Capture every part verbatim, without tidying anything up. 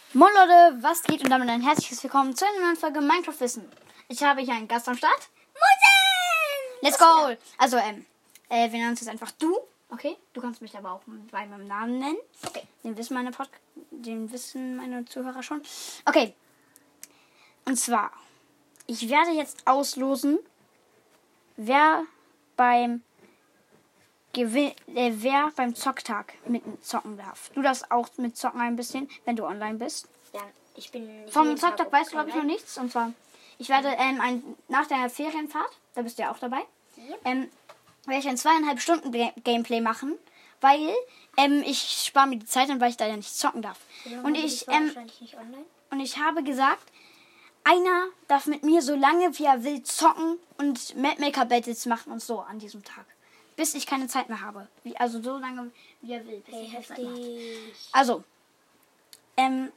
Moin Leute, was geht und damit ein herzliches Willkommen zu einer neuen Folge Minecraft Wissen. Ich habe hier einen Gast am Start. Moin! Let's go! Also, ähm, äh, wir nennen uns jetzt einfach du. Okay? Du kannst mich aber auch bei meinem Namen nennen. Okay. Den wissen meine Pod den wissen meine Zuhörer schon. Okay. Und zwar, ich werde jetzt auslosen, wer beim Gewin äh, wer beim Zocktag mit zocken darf. Du darfst auch mit zocken ein bisschen, wenn du online bist. Ja, ich bin Vom jeden Zocktag Tag weißt du, glaube ich, noch online. nichts. Und zwar, ich werde ähm, ein, nach der Ferienfahrt, da bist du ja auch dabei, Ja. ähm, werde ich ein zweieinhalb Stunden Ga- Gameplay machen, weil ähm, ich spare mir die Zeit an, weil ich da ja nicht zocken darf. Ja, Und die ich war ähm, wahrscheinlich nicht online. und ich habe gesagt, einer darf mit mir so lange wie er will zocken und Mapmaker Battles machen und so an diesem Tag. Bis ich keine Zeit mehr habe. Wie, also so lange wie er will. Bis Hey, ich keine Zeit mehr habe. heftig. Also, ähm,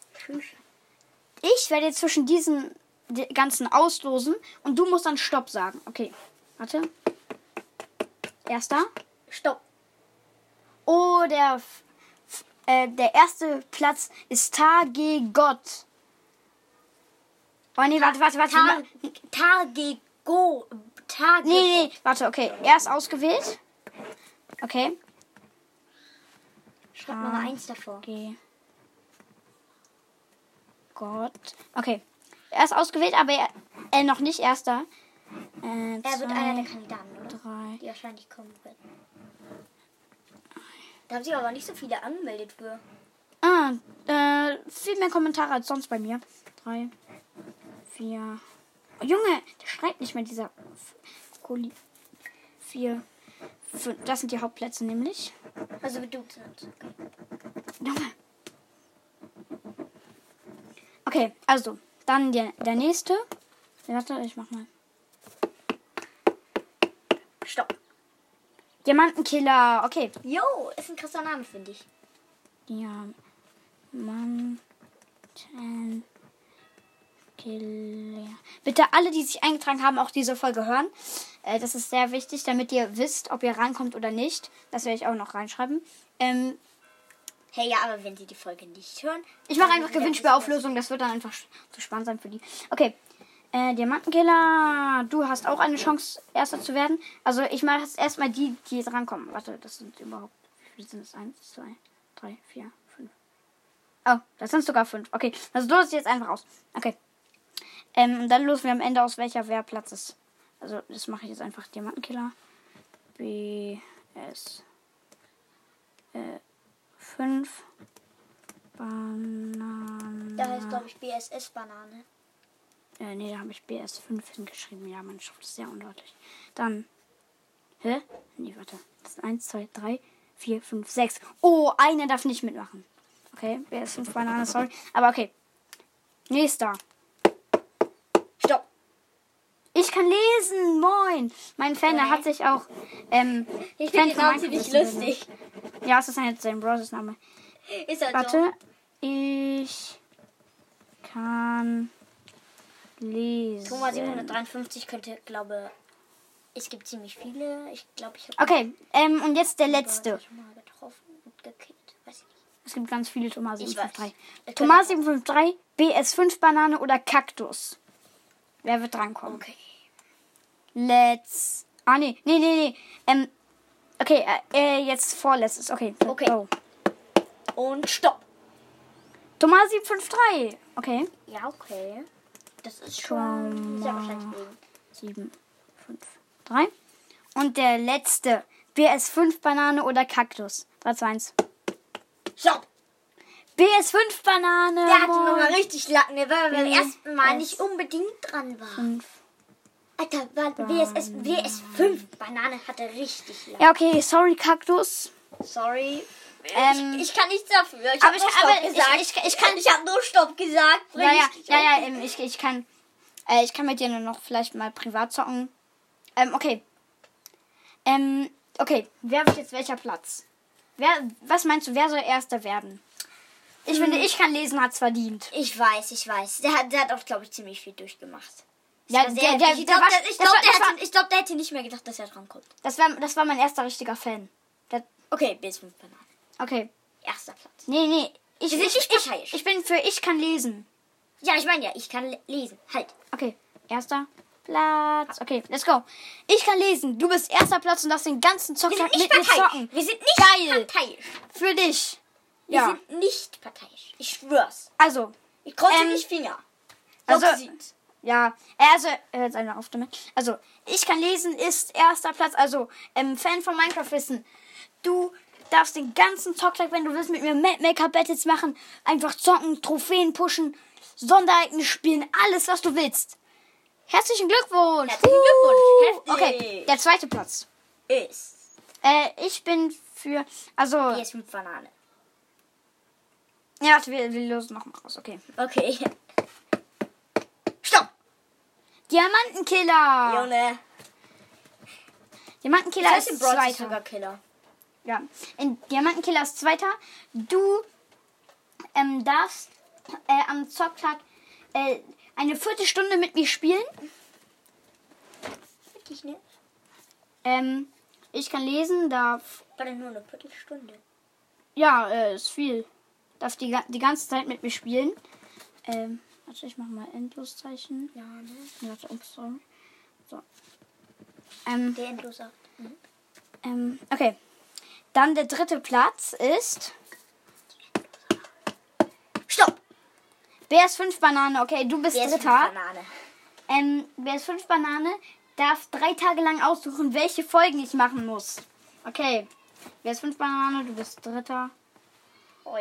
ich werde jetzt zwischen diesen die ganzen auslosen und du musst dann Stopp sagen. Okay, warte. Erster. Stopp. Oh, der, F- F- äh, der erste Platz ist Tage Gott. Oh nee, warte, warte, warte. Tar Targego. Targe. Nee, nee, warte, okay. Er ist ausgewählt. Okay. Schreib mal eine eins davor. G. Gott. Okay. Er ist ausgewählt, aber er äh, noch nicht erster. Äh, Er wird zwei, einer der Kandidaten, oder? drei. Die wahrscheinlich kommen werden. Da haben sich aber nicht so viele angemeldet für. Ah, äh, viel mehr Kommentare als sonst bei mir. Drei, vier. Oh, Junge, der schreibt nicht mehr, dieser F- Koli. Vier, fünf. Das sind die Hauptplätze nämlich. Also wir duzen uns. Okay. Junge. Okay, also, dann der, der nächste. Warte, ich mach mal. Stopp. Diamantenkiller. Okay. Jo, ist ein krasser Name, finde ich. Diamantenkiller. Bitte alle, die sich eingetragen haben, auch diese Folge hören. Äh, das ist sehr wichtig, damit ihr wisst, ob ihr rankommt oder nicht. Das werde ich auch noch reinschreiben. Ähm, Hey, ja, aber wenn sie die Folge nicht hören. ich mache dann einfach werden sie Gewinnspielauflösung. Das wird dann einfach sch- zu spannend sein für die. Okay. Äh, Diamantenkiller. Du hast auch eine Chance, Erster zu werden. Also ich mache jetzt erstmal die, die jetzt rankommen. Warte, das sind überhaupt... Wie viel sind das? Eins, zwei, drei, vier, fünf. Oh, das sind sogar fünf. Okay, also du hast jetzt einfach aus. Okay. Ähm, und dann losen wir am Ende aus, welcher wer Platz ist. Also das mache ich jetzt einfach. Diamantenkiller. B, S, äh, fünf. Banane. Da heißt, glaube ich, B S S-Banane. Äh, nee, da habe ich B S fünf hingeschrieben. Ja, meine Schrift ist sehr undeutlich. Dann. Hä? Nee, warte. Das sind eins, zwei, drei, vier, fünf, sechs. Oh, eine darf nicht mitmachen. Okay, B S fünf Banane, sorry. Aber okay. Nächster. Stopp. Ich kann lesen. Moin. Mein Fan, der Okay. hat sich auch. Ähm, Ich Fan finde den von Namen Minecraft ziemlich wissen will. lustig. Ja, es ist ein- sein Browsers Name. Ist halt Warte. Ich kann lesen. so. Thomas siebenhundertdreiundfünfzig könnte, glaube es gibt ziemlich viele. Ich glaube, ich habe Okay, ähm, und jetzt der letzte. schon mal getroffen und gekillt. Weiß ich nicht. Es gibt ganz viele Thomas Ich sieben fünf drei. weiß. Es Thomas könnte- sieben fünf drei, B S fünf Banane oder Kaktus. Wer wird drankommen? Okay. Let's. Ah, nee, nee, nee, nee. Ähm, okay, äh, äh, jetzt vorletztes. Okay, Okay. go. Und stopp. Thomas sieben fünf drei. Okay. Ja, okay. Das ist schon sehr Thomas. wahrscheinlich wegen. sieben fünf drei. Und der letzte. B S fünf Banane oder Kaktus. drei, zwei, eins. Stopp. B S fünf Banane. Der hatte moin. nochmal richtig Lack, ne, weil er beim B ersten Mal S nicht unbedingt dran war. fünf. Alter, war W S S, W S fünf Banane hatte richtig Lack. Ja, okay, sorry, Kaktus. Sorry. Ähm, ich, ich kann nichts dafür. Ich aber habe ich- nur Stopp aber ich- gesagt. ich- ich kann- ich habe nur Stopp gesagt. Bring Ja, ja, mich nicht ja, um. ja, ähm, ich, ich kann, äh, ich kann mit dir nur noch vielleicht mal privat zocken. Ähm, okay. Ähm, okay, wer wird jetzt welcher Platz? Wer, was meinst du, wer soll Erster werden? Ich finde, ich kann lesen, hat's verdient. Ich weiß, ich weiß. Der hat, der hat auch, glaube ich, ziemlich viel durchgemacht. Das Ja, war der- sehr der- heftig. ich der glaube, war- der, ich das glaub, war- der, das war- hätte- ich glaub, der hätte nicht mehr gedacht, dass er drankommt. Das war, das war mein erster richtiger Fan. Der, Okay, B S fünf Banane. okay. Erster Platz. Nee, nee, ich, Wir sind ich, nicht ich, parteiisch. ich bin für ich kann lesen. Ja, ich meine ja, ich kann le- lesen. Halt. Okay, erster Platz. Okay, let's go. Ich kann lesen. Du bist erster Platz und darfst den ganzen Wir Zocktag sind nicht mit mir parteiisch. zocken. Wir sind nicht Geil. parteiisch. Für dich. Wir Ja. sind nicht parteiisch. Ich schwör's. Also, Ich kreuze Ähm, nicht Finger. also- So sieht's. ja. äh, Also, hört jetzt einer auf damit. Also, ich kann lesen ist erster Platz. Also, ähm, Fan von Minecraft wissen. Du darfst den ganzen Zocktag, wenn du willst, mit mir Map Maker Battles machen. Einfach zocken, Trophäen pushen, Sonderereignisse spielen, alles, was du willst. Herzlichen Glückwunsch. Herzlichen Glückwunsch. Uh, Heftig. Okay, der zweite Platz. Ist. Äh, ich bin für, also, P S fünf Banane. ja, warte, wir, wir lösen noch mal raus, okay. Okay. Stopp! Diamantenkiller! Junge. Diamantenkiller Das heißt ist im Brawl Stars zweiter. sogar Killer. Ja, in Diamantenkiller ist zweiter. Du ähm, darfst äh, am Zocktag äh, eine Viertelstunde mit mir spielen. Wirklich, ne? Ähm, ich kann lesen, darf, War denn nur eine Viertelstunde? ja, äh, ist viel. Darf die, ga- die ganze Zeit mit mir spielen. Ähm, warte, ich mach mal Endloszeichen. Ja, ne? Warte, ups, sorry. So. Ähm, Der Endloser. Mhm. ähm, okay. Dann der dritte Platz ist. Stopp! B S fünf Banane, okay, du bist Der ist Dritter. Banane. Ähm, B S fünf Banane darf drei Tage lang aussuchen, welche Folgen ich machen muss. Okay. B S fünf Banane, du bist Dritter. Ui.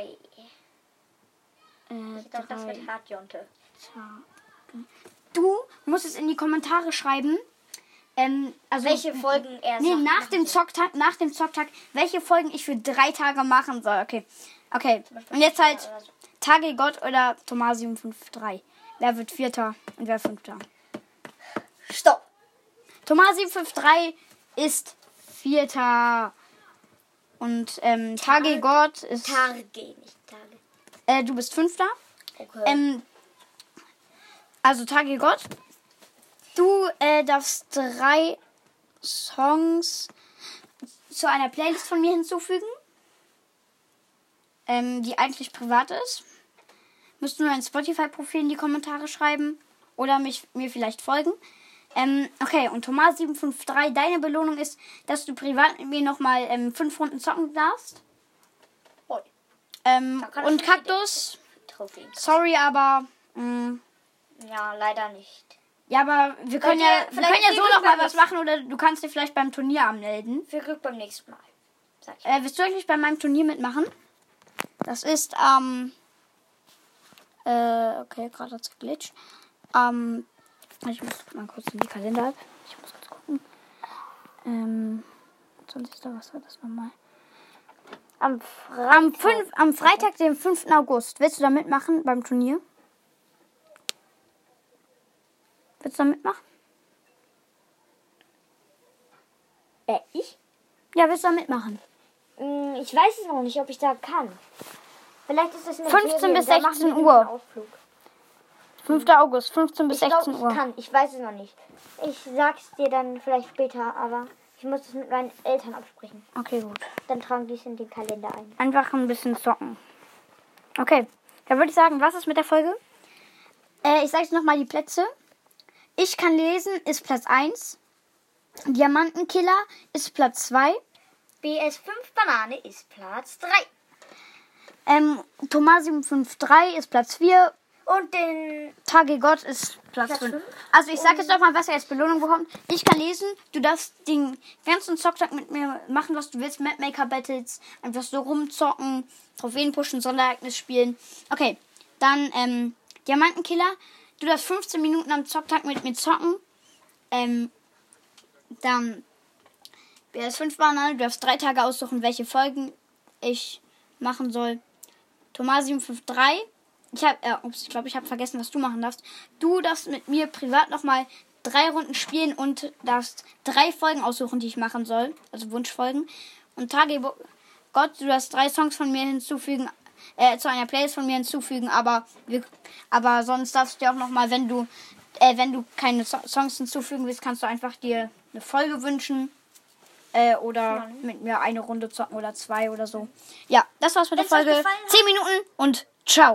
Äh, Ich glaube, das drei wird hart, Jonte. Tage. Du musst es in die Kommentare schreiben. Ähm, also Welche Folgen er Nee, sagt, nach machen dem soll. Zocktag, nach dem Zocktag, welche Folgen ich für drei Tage machen soll. Okay. Okay. Zum Beispiel Und jetzt halt oder so. Tage Gott oder Tomasium fünf drei. Wer wird Vierter und wer Fünfter? Stopp. Tomasium fünf drei ist Vierter. Und ähm, Tage Gott ist. Tage, nicht Tage. Äh, du bist Fünfter. Okay. Ähm, also Tage Gott. Du äh, darfst drei Songs zu einer Playlist von mir hinzufügen, ähm, die eigentlich privat ist. Müsst nur ein Spotify-Profil in die Kommentare schreiben oder mich mir vielleicht folgen. Ähm, okay, und Thomas sieben fünf drei, deine Belohnung ist, dass du privat mit mir nochmal ähm, fünf Runden zocken darfst. Ui. Ähm, Da kann ich und nicht Kaktus, Trophäen. sorry, aber mh, Ja, leider nicht. ja, aber wir können ihr ja, wir vielleicht können ja viel so Glück noch mal beim was machen oder du kannst dir vielleicht beim Turnier anmelden. Viel Glück beim nächsten Mal. Sag ich. Äh, willst du eigentlich bei meinem Turnier mitmachen? Das ist am, ähm, äh, okay, gerade hat's geglitscht. Ähm, ich muss mal kurz in die Kalender. Ich muss kurz gucken. Ähm, zwanzigster was war das nochmal? Am Am, fünf, am Freitag, den fünften August. Willst du da mitmachen beim Turnier? Willst du da mitmachen? Äh, ich? Ja, willst du da mitmachen? Hm, ich weiß es noch nicht, ob ich da kann. Vielleicht ist es eine fünfzehn Ferien, bis da machen sechzehn wir Uhr. einen Ausflug. fünfter August, fünfzehn bis Ich glaube, sechzehn ich Uhr. kann. Ich weiß es noch nicht. Ich sag's dir dann vielleicht später, aber ich muss es mit meinen Eltern absprechen. Okay, gut. Dann tragen die es in den Kalender ein. Einfach ein bisschen zocken. Okay, dann würde ich sagen, was ist mit der Folge? Äh, ich sage jetzt nochmal die Plätze. Ich kann lesen ist Platz eins. Diamantenkiller ist Platz zwei. B S fünf Banane ist Platz drei. Ähm, Tomasium fünf drei ist Platz vier. Und den Tage Gott ist Platz Platz fünf. fünf. Also ich sage jetzt noch mal, was er als Belohnung bekommt. Ich kann lesen, du darfst den ganzen Zocktag mit mir machen, was du willst. Mapmaker Battles, einfach so rumzocken, Trophäen pushen, Sonderereignis spielen. Okay, dann ähm, Diamantenkiller. Du darfst fünfzehn Minuten am Zocktag mit mir zocken. Ähm, dann B S fünf Banane. Du darfst drei Tage aussuchen, welche Folgen ich machen soll. Tomasium fünf drei. Ich habe, äh, ups, ich glaube, ich habe vergessen, was du machen darfst. Du darfst mit mir privat nochmal drei Runden spielen und darfst drei Folgen aussuchen, die ich machen soll. Also Wunschfolgen. Und Tage Gott, du darfst drei Songs von mir hinzufügen, äh, zu einer Playlist von mir hinzufügen, aber wir, aber sonst darfst du dir auch nochmal, wenn du, äh, wenn du keine so Songs hinzufügen willst, kannst du einfach dir eine Folge wünschen. Äh, oder mit mir eine Runde zocken oder zwei oder so. Ja, das war's mit der Wenn's euch Folge. gefallen hat- Zehn Minuten und ciao.